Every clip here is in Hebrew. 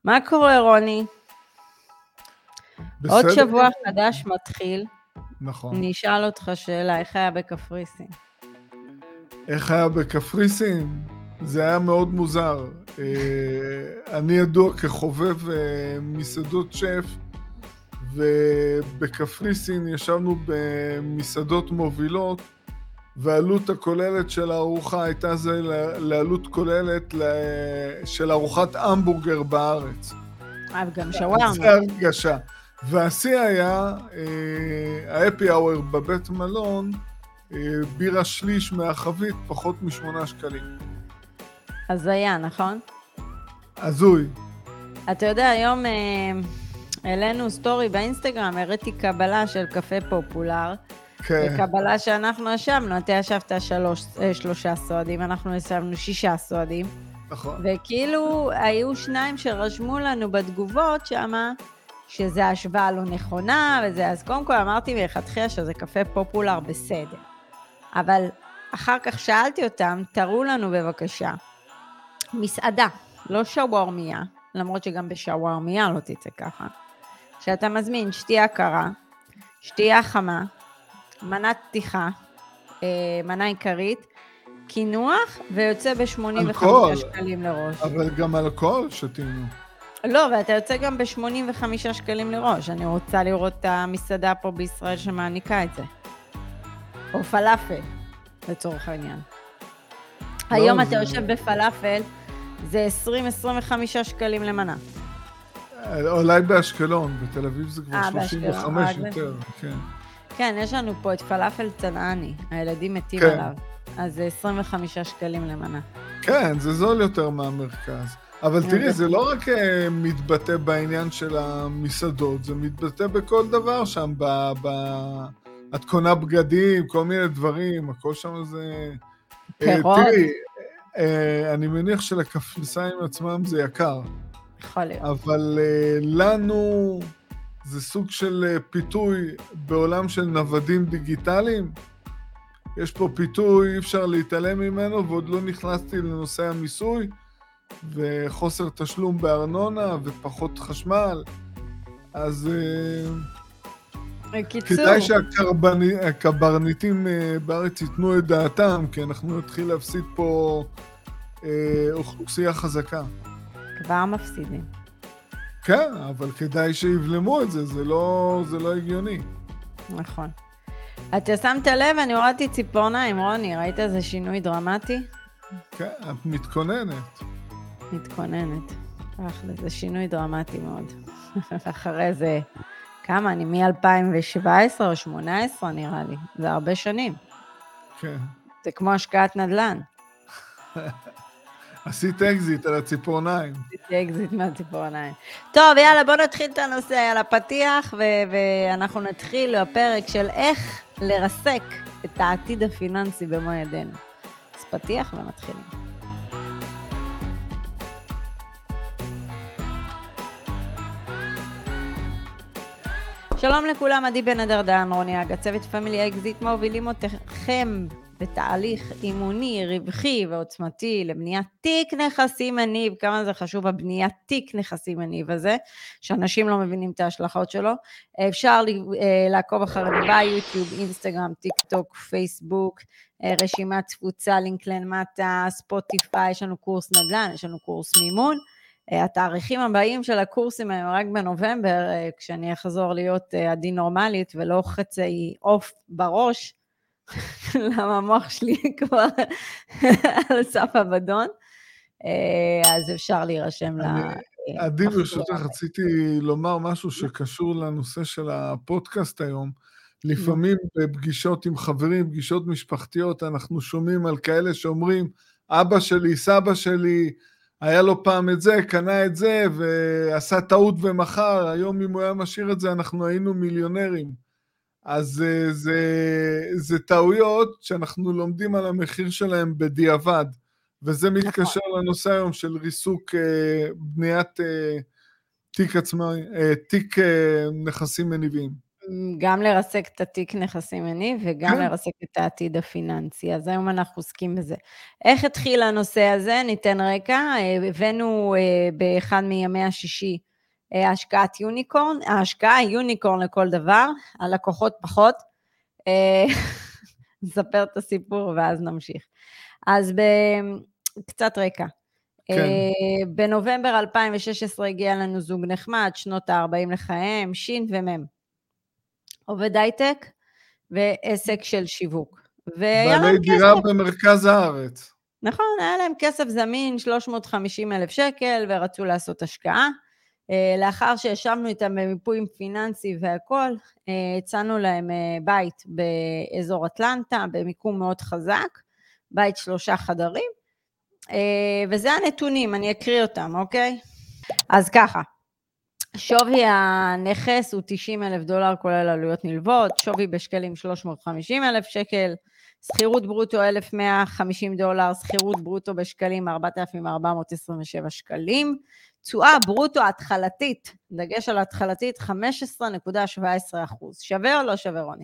מה קורה, רוני? עוד בסדר? שבוע חדש מתחיל. נכון. אני אשאל אותך שאלה, איך היה בקפריסין? איך היה בקפריסין? זה היה מאוד מוזר. אני ידוע כחובב מסעדות שף, ובקפריסין ישבנו במסעדות מובילות, והעלות הכוללת של הארוחה הייתה זה לעלות כוללת של ארוחת המבורגר בארץ. גם שווארמה. זה הרגשה. והשיא היה האפי אאואר בבית מלון, בירה שליש מהחבית, פחות מ8 שקלים. אז היה, נכון? הזוי. אתה יודע, היום העלינו סטורי באינסטגרם, הראיתי קבלה של קפה פופולר, כן. וקבלה שאנחנו ישבנו, אתה ישבת 3 סועדים, אנחנו ישבנו 6 סועדים, נכון. וכאילו היו 2 שרשמו לנו בתגובות שמה, שזה השוואה לא נכונה, וזה, אז קודם כל אמרתי מלכתחילה שזה קפה פופולר בסדר. אבל אחר כך שאלתי אותם, תראו לנו בבקשה, מסעדה, לא שווארמיה, למרות שגם בשווארמיה לא תצא ככה, שאתה מזמין שתייה קרה, שתייה חמה, מנת פתיחה, מנה עיקרית, קינוח, ויוצא ב-85 שקלים לראש. אבל גם אלכוהול שתינו. לא, ואתה יוצא גם ב-85 שקלים לראש. אני רוצה לראות את המסעדה פה בישראל שמעניקה את זה. או פלאפל, לצורך העניין. היום אתה יושב בפלאפל, זה 20-25 שקלים למנה. אולי באשקלון, בתל אביב זה כבר 35 יותר. כן, יש לנו פה את פלאפל צנעני, הילדים מתים עליו. אז זה 25 שקלים למנה. כן, זה זול יותר מהמרכז. אבל תראי, זה לא רק מתבטא בעניין של המסעדות, זה מתבטא בכל דבר שם, את קונה בגדים, כל מיני דברים, הכל שם זה... פירות. תראי, אני מניח שלקפריסאים עצמם זה יקר. יכול להיות. אבל לנו זה סוג של פיתוי בעולם של נוודים דיגיטליים. יש פה פיתוי, אי אפשר להתעלם ממנו, ועוד לא נכנסתי לנושא המיסוי, וחוסר תשלום בארנונה, ופחות חשמל. אז כדאי שהקברניטים בארץ ייתנו את דעתם, כי אנחנו נתחיל להפסיד פה אוכלוסייה חזקה. כבר מפסידים. כן, אבל כדאי שיבלמו את זה, זה לא הגיוני. נכון. אתה שמת לב, אני הורדתי ציפורניים, רוני, ראית איזה שינוי דרמטי? כן, את מתכוננת. מתכוננת. זה שינוי דרמטי מאוד. אחרי זה, כמה? אני מ-2017 או 2018 נראה לי. זה הרבה שנים. כן. זה כמו השקעת נדל"ן. עשית אקזיט על הציפורניים. עשיתי אקזיט מהציפורניים. טוב, יאללה, בוא נתחיל את הנושא על הפתיח, ואנחנו נתחיל בפרק של איך לרסק את העתיד הפיננסי במו ידינו. אז פתיח ומתחילים. שלום לכולם, עדי בן אדרדן, רוני אגה, צוות פמילי אקזיט מובילים אתכם בתהליך אימוני, רווחי ועוצמתי לבניית תיק נכסים מניב. כמה זה חשוב הבניית תיק נכסים מניב הזה, שאנשים לא מבינים את ההשלכות שלו. אפשר לעקוב אחרינו ביוטיוב, אינסטגרם, טיק טוק, פייסבוק, רשימת תפוצה, לינק למטה, ספוטיפיי, יש לנו קורס נדל"ן, יש לנו קורס מימון. התאריכים הבאים של הקורסים הם רק בנובמבר, כשאני אחזור להיות עדי נורמלית ולא חצי אוף בראש, למה המוח שלי כבר על סף אבדון, אז אפשר להירשם עדי, ברשותך, רציתי לומר משהו שקשור לנושא של הפודקאסט היום. לפעמים בפגישות עם חברים, פגישות משפחתיות, אנחנו שומעים על כאלה שאומרים, אבא שלי, סבא שלי, היה לו פעם את זה, קנה את זה, ועשה טעות ומחר, היום אם הוא היה משאיר את זה, אנחנו היינו מיליונרים. אז זה טעויות שאנחנו לומדים על המחיר שלהם בדיעבד, וזה מתקשר לנושא היום של ריסוק בניית תיק נכסים מניבים. גם לרסק את התיק נכסים יניב, וגם כן. לרסק את העתיד הפיננסי. אז היום אנחנו עוסקים בזה. איך התחיל הנושא הזה? ניתן רקע. הבאנו באחד מימי השישי השקעת יוניקורן. ההשקעה יוניקורן לכל דבר, הלקוחות פחות. נספר את הסיפור ואז נמשיך. אז קצת רקע. כן. בנובמבר 2016 הגיע לנו זוג נחמד, שנות ה-40 לחייהם, שין ומם. עובד הייטק ועסק של שיווק. בעלי דירה במרכז הארץ. נכון, היה להם כסף זמין, 350,000 שקל, ורצו לעשות השקעה. לאחר שישבנו איתם במיפוי פיננסי והכל, הצענו להם בית באזור אטלנטה, במיקום מאוד חזק, בית 3 חדרים, וזה הנתונים, אני אקריא אותם, אוקיי? אז ככה, שווי הנכס הוא $90,000 כולל עלויות נלוות, שווי בשקלים 350,000 שקל, שכירות ברוטו $1,150, שכירות ברוטו בשקלים 4,427 שקלים, תשואה ברוטו התחלתית, דגש על התחלתית 15.17%. שווה או לא שווה רוני?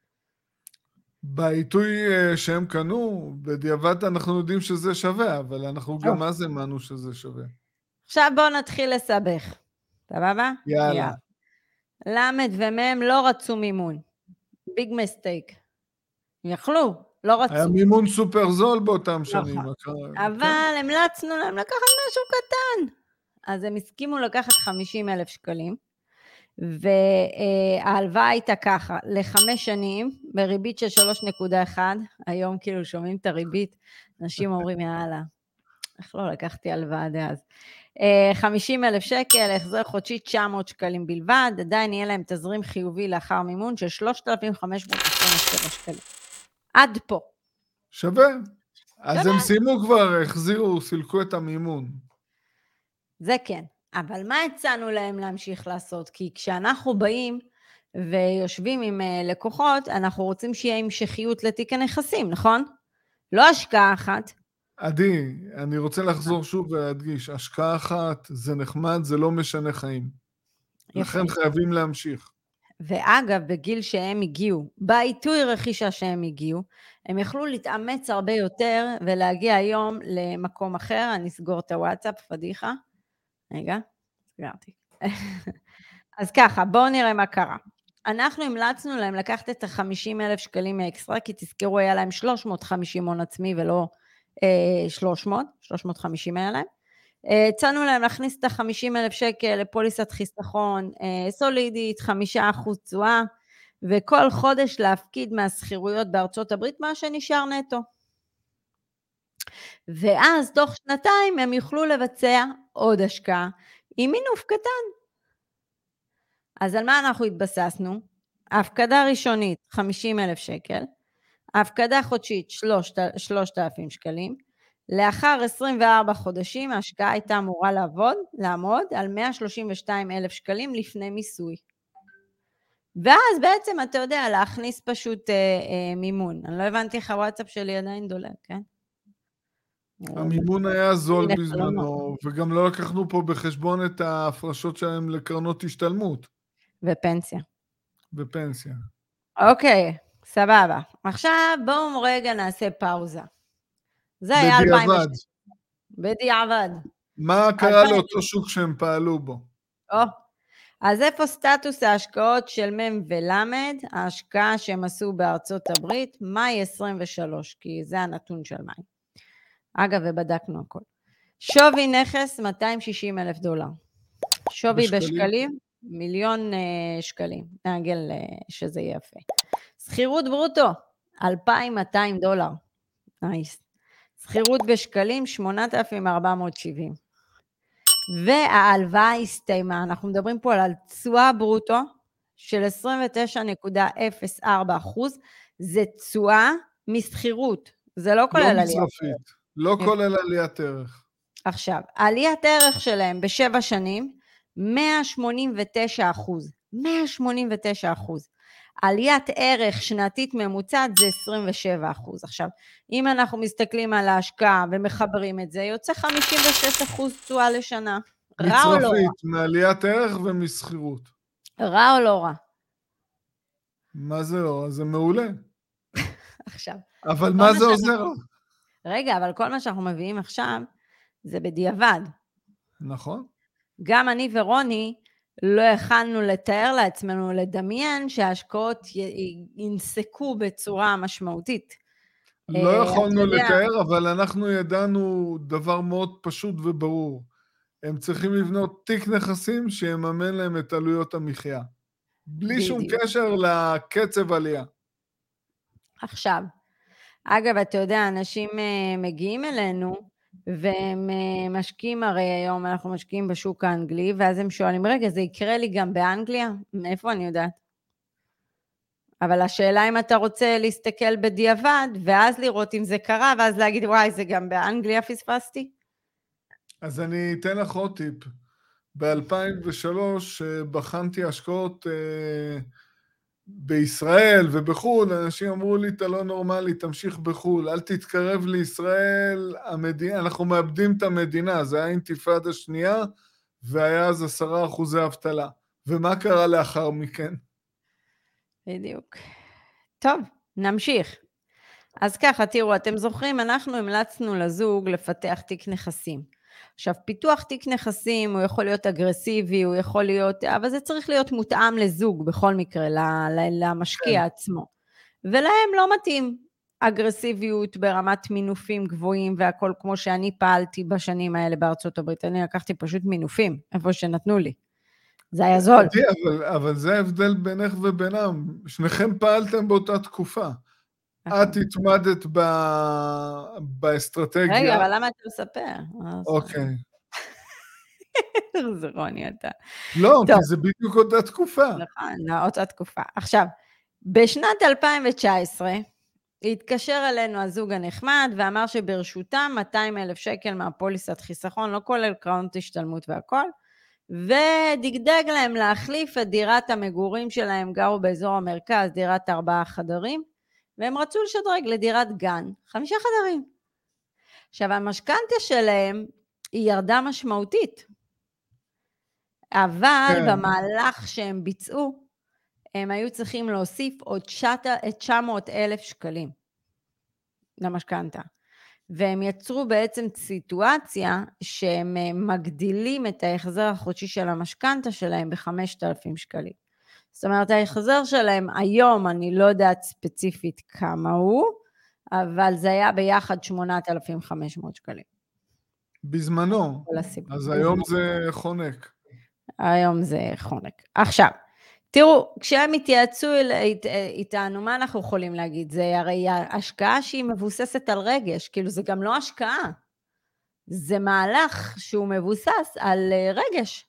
בעיתוי שהם קנו, בדיעבד אנחנו יודעים שזה שווה, אבל אנחנו גם אז האמנו שזה שווה. עכשיו בואו נתחיל לסבך. סבבה? יאללה. למד ומם לא רצו מימון. ביג מסטייק. יכלו, לא רצו. היה מימון סופר זול באותם שנים. אבל המלצנו להם לקחת משהו קטן. אז הם הסכימו לקחת 50,000 שקלים, וההלוואה הייתה ככה, ל5 שנים, בריבית של 3.1, היום כאילו שומעים את הריבית, אנשים אומרים יאללה, איך לא לקחתי הלוואה דאז. 50,000 שקל, החזר חודשי 900 שקלים בלבד, עדיין יהיה להם תזרים חיובי לאחר מימון של 3,527 שקלים. עד פה. שווה. אז הם סיימו כבר, החזירו, סילקו את המימון. זה כן. אבל מה הצענו להם להמשיך לעשות? כי כשאנחנו באים ויושבים עם לקוחות, אנחנו רוצים שיהיה המשכיות לתיק הנכסים, נכון? לא השקעה אחת. עדי, אני רוצה לחזור שוב ולהדגיש, השקעה אחת זה נחמד, זה לא משנה חיים. לכן חייבים להמשיך. ואגב, בגיל שהם הגיעו, בעיתוי רכישה שהם הגיעו, הם יכלו להתאמץ הרבה יותר ולהגיע היום למקום אחר. אני אסגור את הוואטסאפ, פדיחה. רגע, סגרתי. אז ככה, בואו נראה מה קרה. אנחנו המלצנו להם לקחת את ה-50,000 שקלים מאקסטרה, כי תזכרו, היה להם 350 הון עצמי ולא 350 היה להם. הצענו להם להכניס את ה-50,000 שקל לפוליסת חיסכון סולידית, 5% תשואה, וכל חודש להפקיד מהסחירויות בארצות הברית מה שנשאר נטו. ואז תוך 2 הם יוכלו לבצע עוד השקעה עם מינוף קטן. אז על מה אנחנו התבססנו? ההפקדה ראשונית 50,000 שקל, ההפקדה חודשית 3,000 שקלים, לאחר 24 חודשים ההשקעה הייתה אמורה לעמוד על 132,000 שקלים לפני מיסוי. ואז בעצם אתה יודע להכניס פשוט מימון. אני לא הבנתי איך הוואטסאפ שלי עדיין דולק, כן? המימון היה זול בזמנו, וגם לא לקחנו פה בחשבון את ההפרשות שלהם לקרנות השתלמות. ופנסיה. ופנסיה. אוקיי, סבבה. עכשיו בואו רגע נעשה פאוזה. זה היה 2006. בדיעבד. מה קרה לאותו שוק שהם פעלו בו? אז איפה סטטוס ההשקעות של מם ולמד, ההשקעה שהם עשו בארצות הברית, מאי 23, כי זה הנתון של מאי. אגב, ובדקנו הכל. שווי נכס, $260,000. שווי בשקלים, 1,000,000 שקלים. נעגל שזה יהיה יפה. שכירות ברוטו, $2,200. נייס. שכירות בשקלים, 8,470. וההלוואה הסתיימה, אנחנו מדברים פה על תשואה ברוטו של 29.04%, זה תשואה מסחירות, זה לא כולל עליית ערך. לא כולל עליית ערך. עכשיו, עליית ערך שלהם ב7 שנים, 189%, 189%. עליית ערך שנתית ממוצעת זה 27%. עכשיו, אם אנחנו מסתכלים על ההשקעה ומחברים את זה, יוצא 56% תשואה לשנה. רע או לא רע? מצרפית, מעליית ערך ומסחירות. רע או לא רע? מה זה לא? זה מעולה. עכשיו, אבל כל מה מה זה עוזר? שאנחנו... רגע, אבל כל מה שאנחנו מביאים עכשיו, זה בדיעבד. נכון. גם אני ורוני לא יכלנו לתאר לעצמנו, לדמיין שההשקעות ינסקו בצורה משמעותית. לא אתה יכולנו יודע, לתאר, אבל אנחנו ידענו דבר מאוד פשוט וברור. הם צריכים לבנות תיק נכסים שיממן להם את עלויות המחיה. בלי שום בדיוק. קשר לקצב עלייה. עכשיו, אגב, אתה יודע, אנשים מגיעים אלינו, והם משקיעים, הרי היום אנחנו משקיעים בשוק האנגלי, ואז הם שואלים, רגע, זה יקרה לי גם באנגליה? מאיפה אני יודעת? אבל השאלה אם אתה רוצה להסתכל בדיעבד, ואז לראות אם זה קרה, ואז להגיד, וואי, זה גם באנגליה פספסתי? אז אני אתן לך עוד טיפ. ב-2003 בחנתי השקעות בישראל ובחו"ל, אנשים אמרו לי, אתה לא נורמלי, תמשיך בחו"ל, אל תתקרב לישראל, אנחנו מאבדים את המדינה, זה היה אינתיפאדה שנייה, והיה אז 10% אבטלה. ומה קרה לאחר מכן? בדיוק. טוב, נמשיך. אז ככה, תראו, אתם זוכרים, אנחנו המלצנו לזוג לפתח תיק נכסים. עכשיו, פיתוח תיק נכסים הוא יכול להיות אגרסיבי, הוא יכול להיות, אבל זה צריך להיות מותאם לזוג בכל מקרה, למשקיע עצמו. ולהם לא מתאים אגרסיביות ברמת מינופים גבוהים והכל כמו שאני פעלתי בשנים האלה בארצות הברית. אני לקחתי פשוט מינופים, איפה שנתנו לי. זה היה זול. אבל זה ההבדל בינך ובינם. שניכם פעלתם באותה תקופה. את התמדת באסטרטגיה. רגע, אבל למה אתה מספר? אוקיי. זה רוני אתה. לא, כי זה בדיוק אותה תקופה. נכון, אותה תקופה. עכשיו, בשנת 2019, התקשר אלינו הזוג הנחמד, ואמר שברשותם 200,000 שקל מהפוליסת חיסכון, לא כולל קרנות השתלמות והכל, ודגדג להם להחליף את דירת המגורים שלהם, גרו באזור המרכז, דירת 4 חדרים, והם רצו לשדרג לדירת גן, 5 חדרים. עכשיו, המשכנתה שלהם היא ירדה משמעותית, אבל במהלך שהם ביצעו, הם היו צריכים להוסיף עוד 900,000 שקלים למשכנתה. והם יצרו בעצם סיטואציה שהם מגדילים את ההחזר החודשי של המשכנתה שלהם ב5,000 שקלים. זאת אומרת, ההחזר שלהם היום, אני לא יודעת ספציפית כמה הוא, אבל זה היה ביחד 8,500 שקלים. בזמנו. אז היום זה חונק. היום זה חונק. עכשיו, תראו, כשהם התייעצו איתנו, מה אנחנו יכולים להגיד? זה הרי השקעה שהיא מבוססת על רגש, כאילו זה גם לא השקעה. זה מהלך שהוא מבוסס על רגש.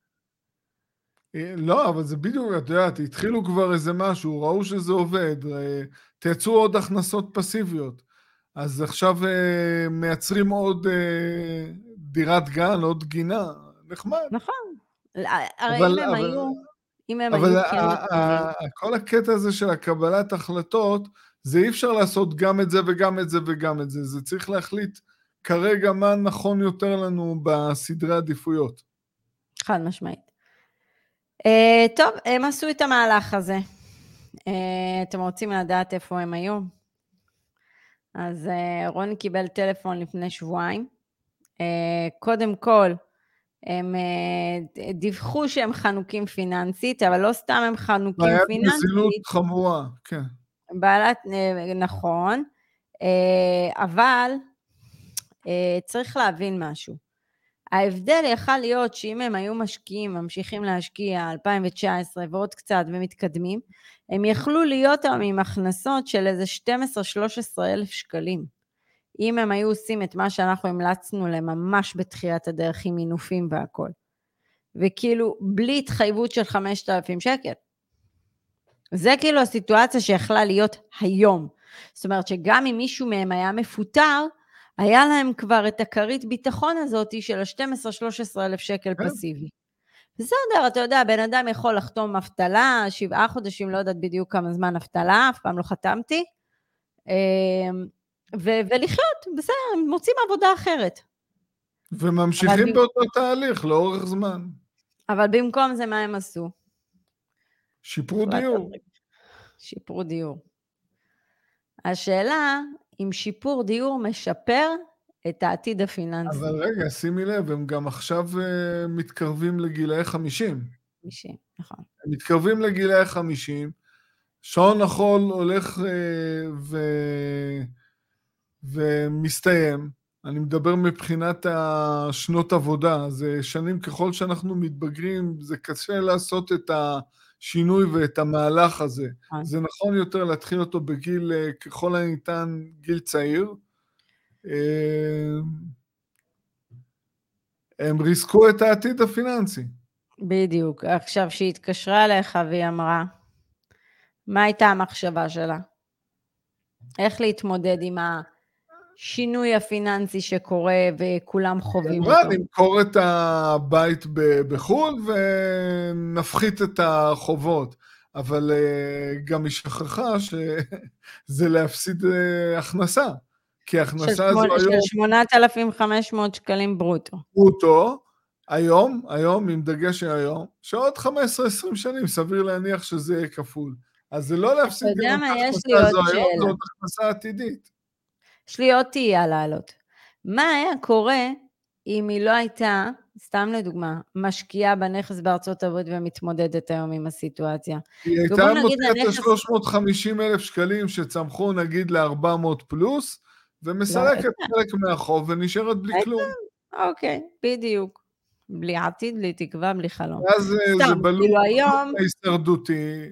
לא, אבל זה בדיוק, את יודעת, התחילו כבר איזה משהו, ראו שזה עובד, תייצרו עוד הכנסות פסיביות. אז עכשיו מייצרים עוד דירת גן, עוד גינה, נחמד. נכון. הרי אם הם היו כן מתחילים. כל הקטע הזה של הקבלת החלטות, זה אי אפשר לעשות גם את זה וגם את זה וגם את זה. זה צריך להחליט כרגע מה נכון יותר לנו בסדרי עדיפויות. חד משמעית. טוב, הם עשו את המהלך הזה. אתם רוצים לדעת איפה הם היו? אז רוני קיבל טלפון לפני שבועיים. קודם כל, הם דיווחו שהם חנוקים פיננסית, אבל לא סתם הם חנוקים פיננסית. בעיית נזילות חמורה, כן. נכון, אבל צריך להבין משהו. ההבדל יכול להיות שאם הם היו משקיעים, ממשיכים להשקיע 2019 ועוד קצת ומתקדמים, הם יכלו להיות עם הכנסות של איזה 12-13 אלף שקלים. אם הם היו עושים את מה שאנחנו המלצנו להם ממש בתחילת הדרך עם מינופים והכל. וכאילו בלי התחייבות של 5,000 שקל. זה כאילו הסיטואציה שיכלה להיות היום. זאת אומרת שגם אם מישהו מהם היה מפוטר, היה להם כבר את הכרית ביטחון הזאת של ה-12-13 אלף שקל פסיבי. בסדר, אתה יודע, בן אדם יכול לחתום אבטלה, 7 חודשים, לא יודעת בדיוק כמה זמן אבטלה, אף פעם לא חתמתי, ולחיות, בסדר, מוצאים עבודה אחרת. וממשיכים באותו תהליך לאורך זמן. אבל במקום זה מה הם עשו? שיפרו דיור. שיפור דיור. השאלה, אם שיפור דיור משפר את העתיד הפיננסי. אבל רגע, שימי לב, הם גם עכשיו מתקרבים לגילאי 50. נכון. הם מתקרבים לגילאי 50, שעון החול הולך ומסתיים. אני מדבר מבחינת השנות עבודה, זה שנים ככל שאנחנו מתבגרים, זה קשה לעשות את השינוי ואת המהלך הזה. זה נכון יותר להתחיל אותו בגיל, ככל הניתן, גיל צעיר. הם ריסקו את העתיד הפיננסי. בדיוק. עכשיו, שהיא התקשרה אליך והיא אמרה, מה הייתה המחשבה שלה? איך להתמודד עם השינוי הפיננסי שקורה וכולם חווים אותו? נמכור את הבית בחו"ל ונפחית את החובות. אבל גם היא שכחה שזה להפסיד הכנסה. כי הכנסה הזו היום... של 8,500 שקלים ברוטו. ברוטו, היום, עם דגש היום, שעוד 15-20 שנים סביר להניח שזה יהיה כפול. אז זה לא להפסיד גם את ההכנסה הזו היום, זאת הכנסה עתידית. יש לי עוד תהייה לעלות. מה היה קורה אם היא לא הייתה, סתם לדוגמה, משקיעה בנכס בארצות הברית ומתמודדת היום עם הסיטואציה? היא הייתה מוצאת את 350,000 שקלים שצמחו נגיד ל-400 פלוס, ומסלקת חלק מהחוב ונשארת בלי כלום. אוקיי, בדיוק. בלי עתיד, בלי תקווה, בלי חלום. אז זה בלוק ההישרדותי.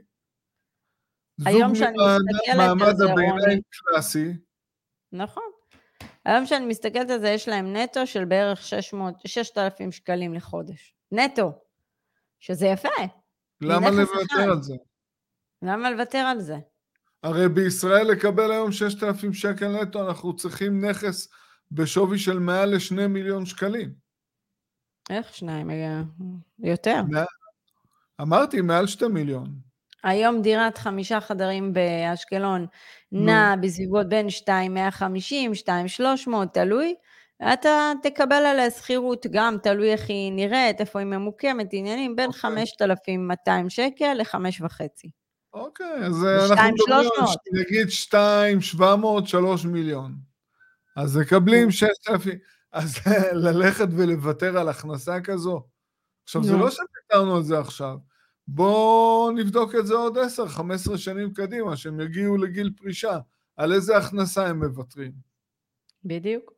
היום שאני מסתכלת מעמד הביניים קלאסי. נכון. היום שאני מסתכלת על זה, יש להם נטו של בערך 6,000 שקלים לחודש. נטו. שזה יפה. למה לוותר על זה? למה לוותר על זה? הרי בישראל לקבל היום 6,000 שקל נטו, אנחנו צריכים נכס בשווי של מעל ל2 מיליון שקלים. איך 2 יותר? אמרתי, מעל 2 מיליון. היום דירת 5 חדרים באשקלון נע בסביבות בין 2,150, 2,300, תלוי. אתה תקבל עליה שכירות גם, תלוי איך היא נראית, איפה היא ממוקמת, עניינים, בין 5,200 שקל ל5,500. אוקיי, אז אנחנו מדברים, נגיד 2,700, 3 מיליון. אז מקבלים 6,000, אז ללכת ולוותר על הכנסה כזו. עכשיו, זה לא שפתרנו על זה עכשיו. בואו נבדוק את זה עוד 10-15 שנים קדימה, שהם יגיעו לגיל פרישה. על איזה הכנסה הם מבטרים. בדיוק.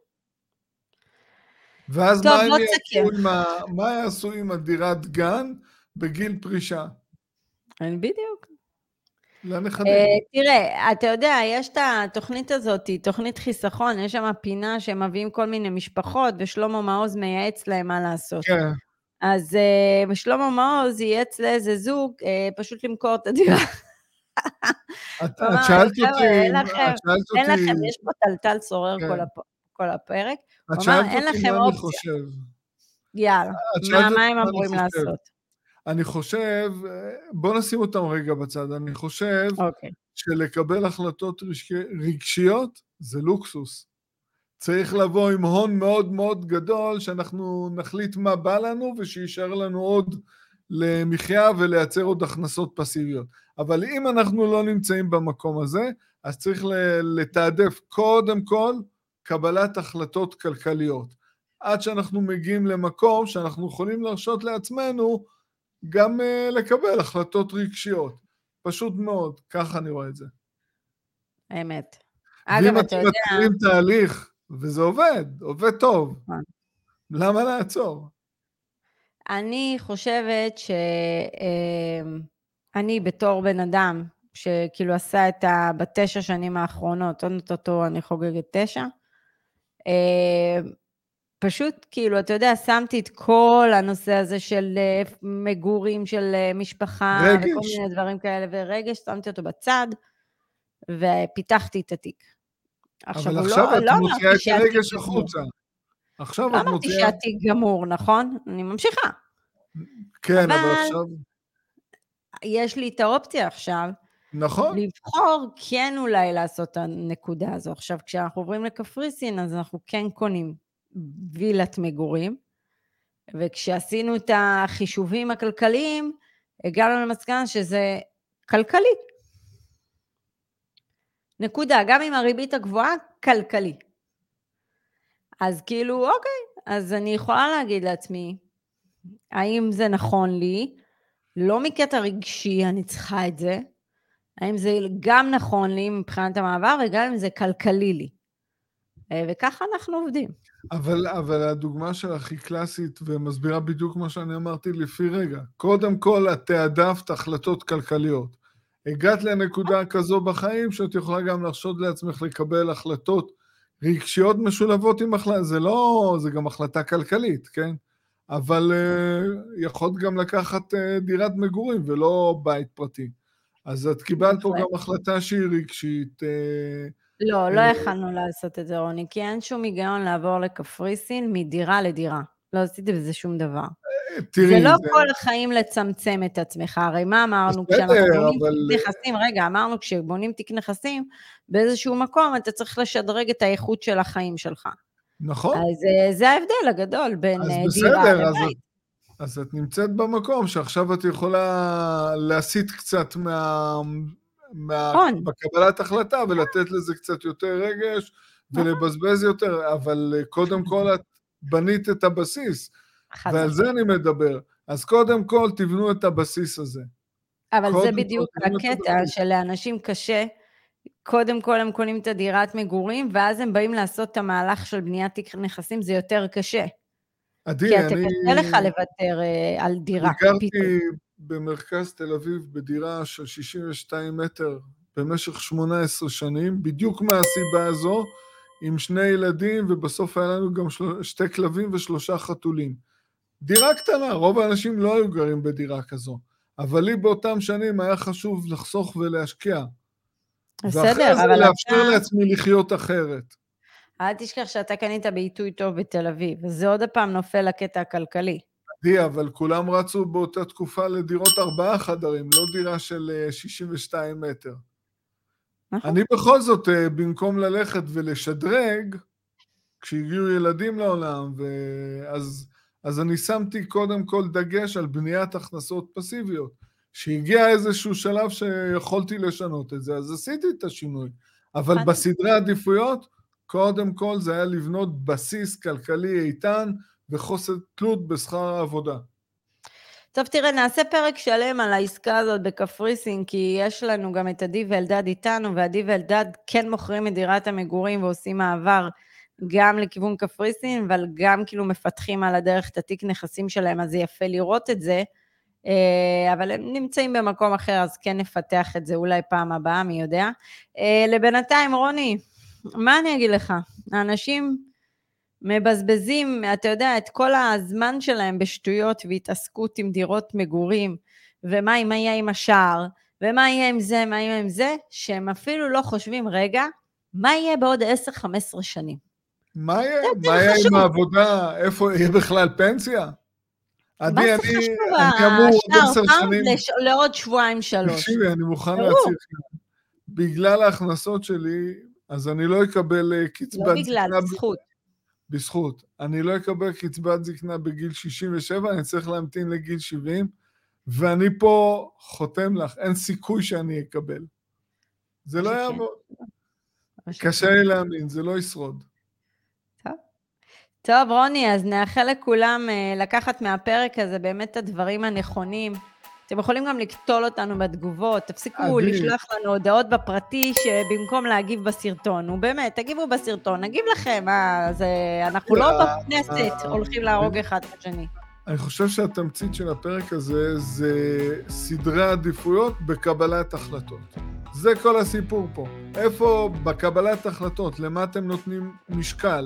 ואז מה יעשו עם הדירת גן בגיל פרישה? בדיוק. לנכדים. תראה, אתה יודע, יש את התוכנית הזאת, תוכנית חיסכון, יש שם פינה שהם מביאים כל מיני משפחות, ושלמה מעוז מייעץ להם מה לעשות. כן. אז שלמה מעוז ייעץ לאיזה זוג, פשוט למכור את הדירה. את שאלת אותי, אין לכם, יש פה טלטל צורר כל הפרק. את שאלת אותי מה אני חושב. יאללה, מה הם אמורים לעשות? אני חושב, בוא נשים אותם רגע בצד, אני חושב שלקבל החלטות רגשיות זה לוקסוס. צריך לבוא עם הון מאוד מאוד גדול, שאנחנו נחליט מה בא לנו, ושישאר לנו עוד למחיה ולייצר עוד הכנסות פסיביות. אבל אם אנחנו לא נמצאים במקום הזה, אז צריך לתעדף קודם כל קבלת החלטות כלכליות. עד שאנחנו מגיעים למקום שאנחנו יכולים להרשות לעצמנו גם לקבל החלטות רגשיות. פשוט מאוד, ככה אני רואה את זה. האמת. ואם אתם מתחילים תהליך, וזה עובד טוב. למה לעצור? אני חושבת שאני בתור בן אדם, שכאילו עשה את ב9 שנים האחרונות, אותו אני חוגגת 9, פשוט כאילו, אתה יודע, שמתי את כל הנושא הזה של מגורים, של משפחה, וכל מיני דברים כאלה, ורגש, שמתי אותו בצד, ופיתחתי את התיק. אבל עכשיו את מוציאה את הרגש החוצה. לא אמרתי שהתיק גמור, נכון? אני ממשיכה. כן, אבל עכשיו... יש לי את האופציה עכשיו, נכון. לבחור כן אולי לעשות את הנקודה הזו. עכשיו, כשאנחנו עוברים לקפריסין, אז אנחנו כן קונים וילת מגורים, וכשעשינו את החישובים הכלכליים, הגענו למסקנה שזה כלכלי. נקודה, גם עם הריבית הגבוהה, כלכלי. אז כאילו, אוקיי, אז אני יכולה להגיד לעצמי, האם זה נכון לי? לא מקטע רגשי, אני צריכה את זה. האם זה גם נכון לי מבחינת המעבר, וגם אם זה כלכלי לי. וככה אנחנו עובדים. אבל הדוגמה שלך היא קלאסית ומסבירה בדיוק מה שאני אמרתי לפי רגע. קודם כל, את תעדפת החלטות כלכליות. הגעת לנקודה כזו בחיים שאת יכולה גם לחשוד לעצמך לקבל החלטות רגשיות משולבות עם החלטה. זה גם החלטה כלכלית, כן? אבל יכולת גם לקחת דירת מגורים ולא בית פרטי. אז את קיבלת פה גם החלטה שהיא רגשית. לא יכלנו לעשות את זה, רוני, כי אין שום היגיון לעבור לקפריסין מדירה לדירה. לא עשיתי בזה שום דבר. זה לא כל החיים לצמצם את עצמך, הרי מה אמרנו כשאנחנו בונים תיק נכסים, אמרנו כשבונים תיק נכסים, באיזשהו מקום אתה צריך לשדרג את האיכות של החיים שלך. נכון. אז זה ההבדל הגדול בין דירה לבית. אז את נמצאת במקום שעכשיו את יכולה להסיט קצת בקבלת החלטה ולתת לזה קצת יותר רגש ולבזבז יותר, אבל קודם כל את בנית את הבסיס, ועל זה אני מדבר. אז קודם כל תבנו את הבסיס הזה. אבל זה בדיוק הקטע שלאנשים קשה, קודם כל הם קונים את הדירת מגורים, ואז הם באים לעשות את המהלך של בניית תיק נכסים, זה יותר קשה. כי אתה קשה לך לוותר על דירה. גרתי במרכז תל אביב בדירה של 62 מטר במשך 18 שנים, בדיוק מהסיבה הזו, עם 2 ילדים, ובסוף היה לנו גם 2 כלבים ו3 חתולים. דירה קטנה, רוב האנשים לא היו גרים בדירה כזו, אבל לי באותם שנים היה חשוב לחסוך ולהשקיע. ואחרי זה לאפשר לעצמי לחיות אחרת. אל תשכח שאתה קנית בעיתוי טוב בתל אביב, וזה עוד הפעם נופל לקטע הכלכלי. אבל כולם רצו באותה תקופה לדירות 4 חדרים, לא דירה של 62 מטר. אני בכל זאת, במקום ללכת ולשדרג, כשהגיעו ילדים לעולם, אז אני שמתי קודם כל דגש על בניית הכנסות פסיביות. שהגיע איזשהו שלב שיכולתי לשנות את זה, אז עשיתי את השינוי. אבל בסדרי עדיפויות, קודם כל זה היה לבנות בסיס כלכלי איתן, וחוסר תלות בשכר העבודה. טוב, תראה, נעשה פרק שלם על העסקה הזאת בקפריסין, כי יש לנו גם את עדי ואלדד איתנו, ועדי ואלדד כן מוכרים את דירת המגורים, ועושים מעבר גם לכיוון קפריסין, אבל גם כאילו מפתחים על הדרך את התיק נכסים שלהם, אז זה יפה לראות את זה, אבל הם נמצאים במקום אחר, אז כן נפתח את זה אולי פעם הבאה, מי יודע. לבינתיים, רוני, מה אני אגיד לך? האנשים מבזבזים, אתה יודע, את כל הזמן שלהם בשטויות והתעסקות עם דירות מגורים, ומה יהיה עם השער, ומה יהיה עם זה, מה יהיה עם זה, שהם אפילו לא חושבים, רגע, מה יהיה בעוד 10-15 שנים? מה יהיה עם העבודה? איפה יהיה בכלל פנסיה? מה זה חשוב? השער פעם לעוד 2-3 שבועות. תקשיבי, אני מוכן להציע לך. בגלל ההכנסות שלי, אז אני לא אקבל קצבת לא בגלל, בזכות. בזכות. אני לא אקבל קצבת זקנה בגיל 67, אני צריך להמתין לגיל 70, ואני פה חותם לך, אין סיכוי שאני אקבל. זה לא יעבוד. קשה לי להאמין, זה לא ישרוד. טוב, רוני, אז נאחל לכולם לקחת מהפרק הזה באמת את הדברים הנכונים. אתם יכולים גם לקטול אותנו בתגובות, תפסיקו לשלוח לנו הודעות בפרטי שבמקום להגיב בסרטון. ובאמת, תגיבו בסרטון, נגיב לכם, אנחנו לא בכנסת הולכים להרוג אחד את השני. אני חושב שהתמצית של הפרק הזה זה סדרי עדיפויות בקבלת החלטות. זה כל הסיפור פה. איפה בקבלת החלטות, למה אתם נותנים משקל?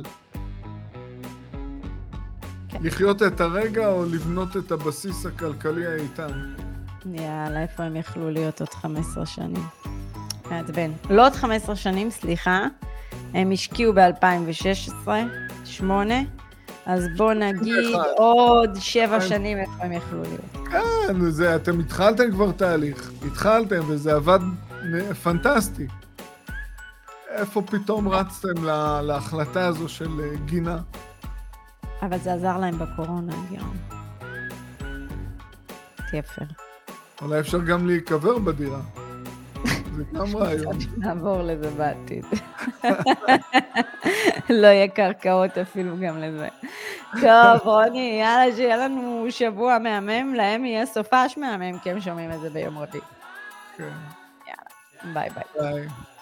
לחיות את הרגע או לבנות את הבסיס הכלכלי האיתן? יאללה, איפה הם יכלו להיות עוד 15 שנים? מעצבן. לא עוד 15 שנים, סליחה. הם השקיעו ב-2016, 8, אז בוא נגיד עוד 7 שנים איפה הם יכלו להיות. כן, אתם התחלתם כבר תהליך. התחלתם וזה עבד פנטסטי. איפה פתאום רצתם להחלטה הזו של גינה? אבל זה עזר להם בקורונה, גירון. תהיה פייר. אולי אפשר גם להיקבר בדירה. זה גם רעיון. נעבור לזה בעתיד. לא יהיה קרקעות אפילו גם לזה. טוב, רוני, יאללה, שיהיה לנו שבוע מהמם, להם יהיה סופש מהמם, כי הם שומעים את זה ביום רביעי. כן. יאללה, ביי ביי. ביי.